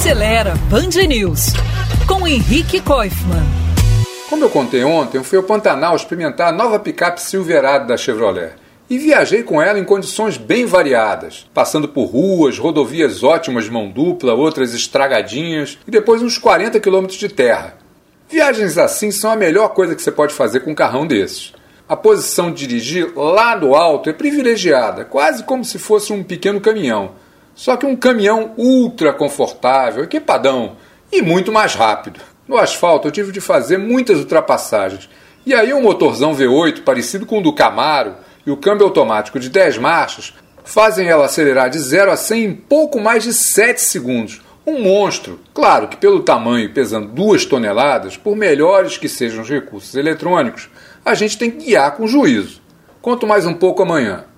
Acelera Band News, com Henrique Koifmann. Como eu contei ontem, eu fui ao Pantanal experimentar a nova picape Silverado da Chevrolet. E viajei com ela em condições bem variadas, passando por ruas, rodovias ótimas de mão dupla, outras estragadinhas e depois uns 40 quilômetros de terra. Viagens assim são a melhor coisa que você pode fazer com um carrão desses. A posição de dirigir lá do alto é privilegiada, quase como se fosse um pequeno caminhão. Só que um caminhão ultra confortável, equipadão e muito mais rápido. No asfalto eu tive de fazer muitas ultrapassagens. E aí um motorzão V8 parecido com o do Camaro e o câmbio automático de 10 marchas fazem ela acelerar de 0 a 100 em pouco mais de 7 segundos. Um monstro. Claro que pelo tamanho e pesando 2 toneladas, por melhores que sejam os recursos eletrônicos, a gente tem que guiar com juízo. Conto mais um pouco amanhã.